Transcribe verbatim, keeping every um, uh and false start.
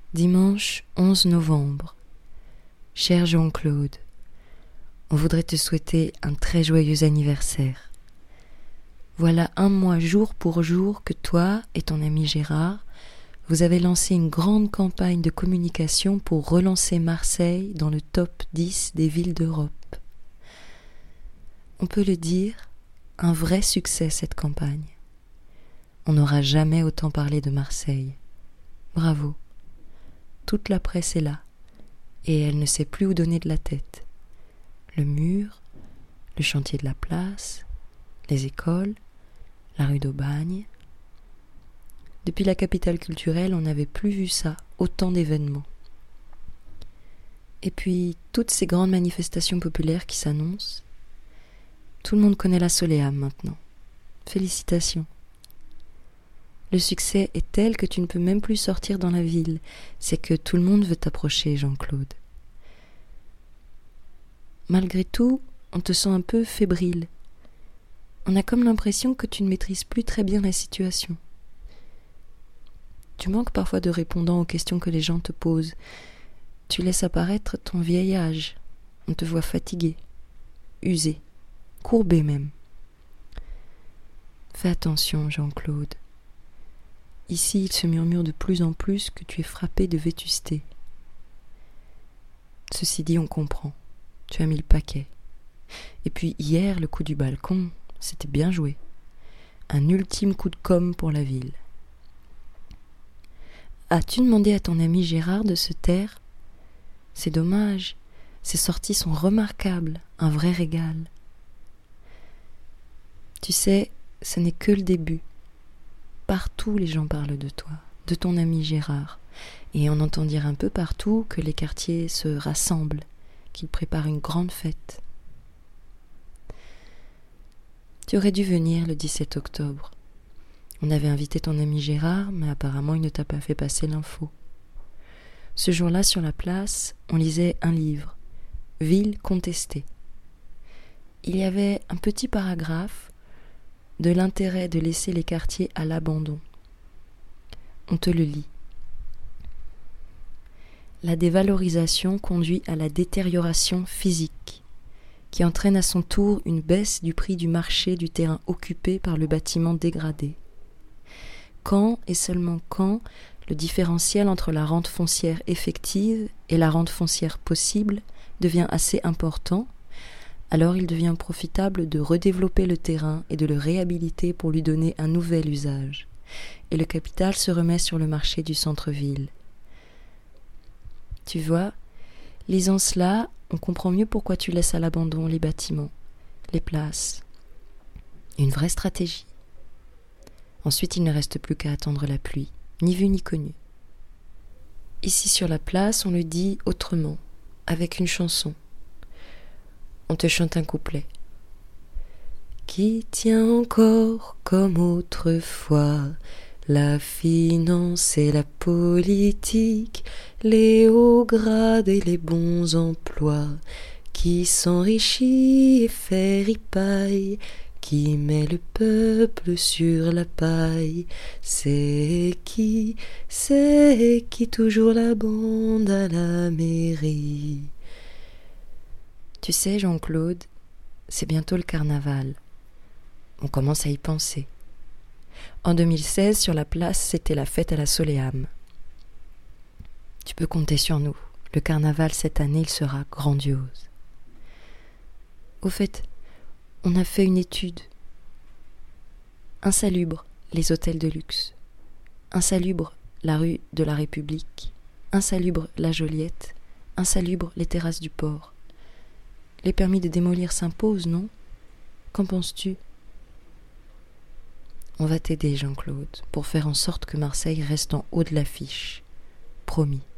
Dimanche onze novembre. Cher Jean-Claude, on voudrait te souhaiter un très joyeux anniversaire. Voilà un mois jour pour jour que toi et ton ami Gérard, vous avez lancé une grande campagne de communication pour relancer Marseille dans le top dix des villes d'Europe. On peut le dire, un vrai succès cette campagne. On n'aura jamais autant parlé de Marseille. Bravo. Toute la presse est là, et elle ne sait plus où donner de la tête. Le mur, le chantier de la place, les écoles, la rue d'Aubagne. Depuis la capitale culturelle, on n'avait plus vu ça, autant d'événements. Et puis, toutes ces grandes manifestations populaires qui s'annoncent. Tout le monde connaît la Soleam maintenant. Félicitations. Le succès est tel que tu ne peux même plus sortir dans la ville. C'est que tout le monde veut t'approcher, Jean-Claude. Malgré tout, on te sent un peu fébrile. On a comme l'impression que tu ne maîtrises plus très bien la situation. Tu manques parfois de répondant aux questions que les gens te posent. Tu laisses apparaître ton vieil âge. On te voit fatigué, usé, courbé même. Fais attention, Jean-Claude. Ici, il se murmure de plus en plus que tu es frappé de vétusté. Ceci dit, on comprend. Tu as mis le paquet. Et puis hier, le coup du balcon, c'était bien joué. Un ultime coup de com' pour la ville. As-tu demandé à ton ami Gérard de se taire ? C'est dommage. Ses sorties sont remarquables, un vrai régal. Tu sais, ce n'est que le début. Partout, les gens parlent de toi, de ton ami Gérard. Et on entend dire un peu partout que les quartiers se rassemblent, qu'ils préparent une grande fête. Tu aurais dû venir le dix-sept octobre. On avait invité ton ami Gérard, mais apparemment il ne t'a pas fait passer l'info. Ce jour-là, sur la place, on lisait un livre, « Ville contestée ». Il y avait un petit paragraphe de l'intérêt de laisser les quartiers à l'abandon. On te le lit. La dévalorisation conduit à la détérioration physique, qui entraîne à son tour une baisse du prix du marché du terrain occupé par le bâtiment dégradé. Quand, et seulement quand, le différentiel entre la rente foncière effective et la rente foncière possible devient assez important, alors il devient profitable de redévelopper le terrain et de le réhabiliter pour lui donner un nouvel usage. Et le capital se remet sur le marché du centre-ville. Tu vois, lisant cela, on comprend mieux pourquoi tu laisses à l'abandon les bâtiments, les places. Une vraie stratégie. Ensuite, il ne reste plus qu'à attendre la pluie, ni vu ni connu. Ici sur la place, on le dit autrement, avec une chanson. On te chante un couplet. Qui tient encore comme autrefois la finance et la politique, les hauts grades et les bons emplois, qui s'enrichit et fait ripaille, qui met le peuple sur la paille. C'est qui, c'est qui toujours la bande à la mairie. Tu sais, Jean-Claude, c'est bientôt le carnaval. On commence à y penser. En deux mille seize, sur la place, c'était la fête à la Soleam. Tu peux compter sur nous. Le carnaval, cette année, il sera grandiose. Au fait, on a fait une étude. Insalubre, les hôtels de luxe. Insalubre, la rue de la République. Insalubre, la Joliette. Insalubre, les terrasses du port. Les permis de démolir s'imposent, non ? Qu'en penses-tu ? On va t'aider, Jean-Claude, pour faire en sorte que Marseille reste en haut de l'affiche. Promis.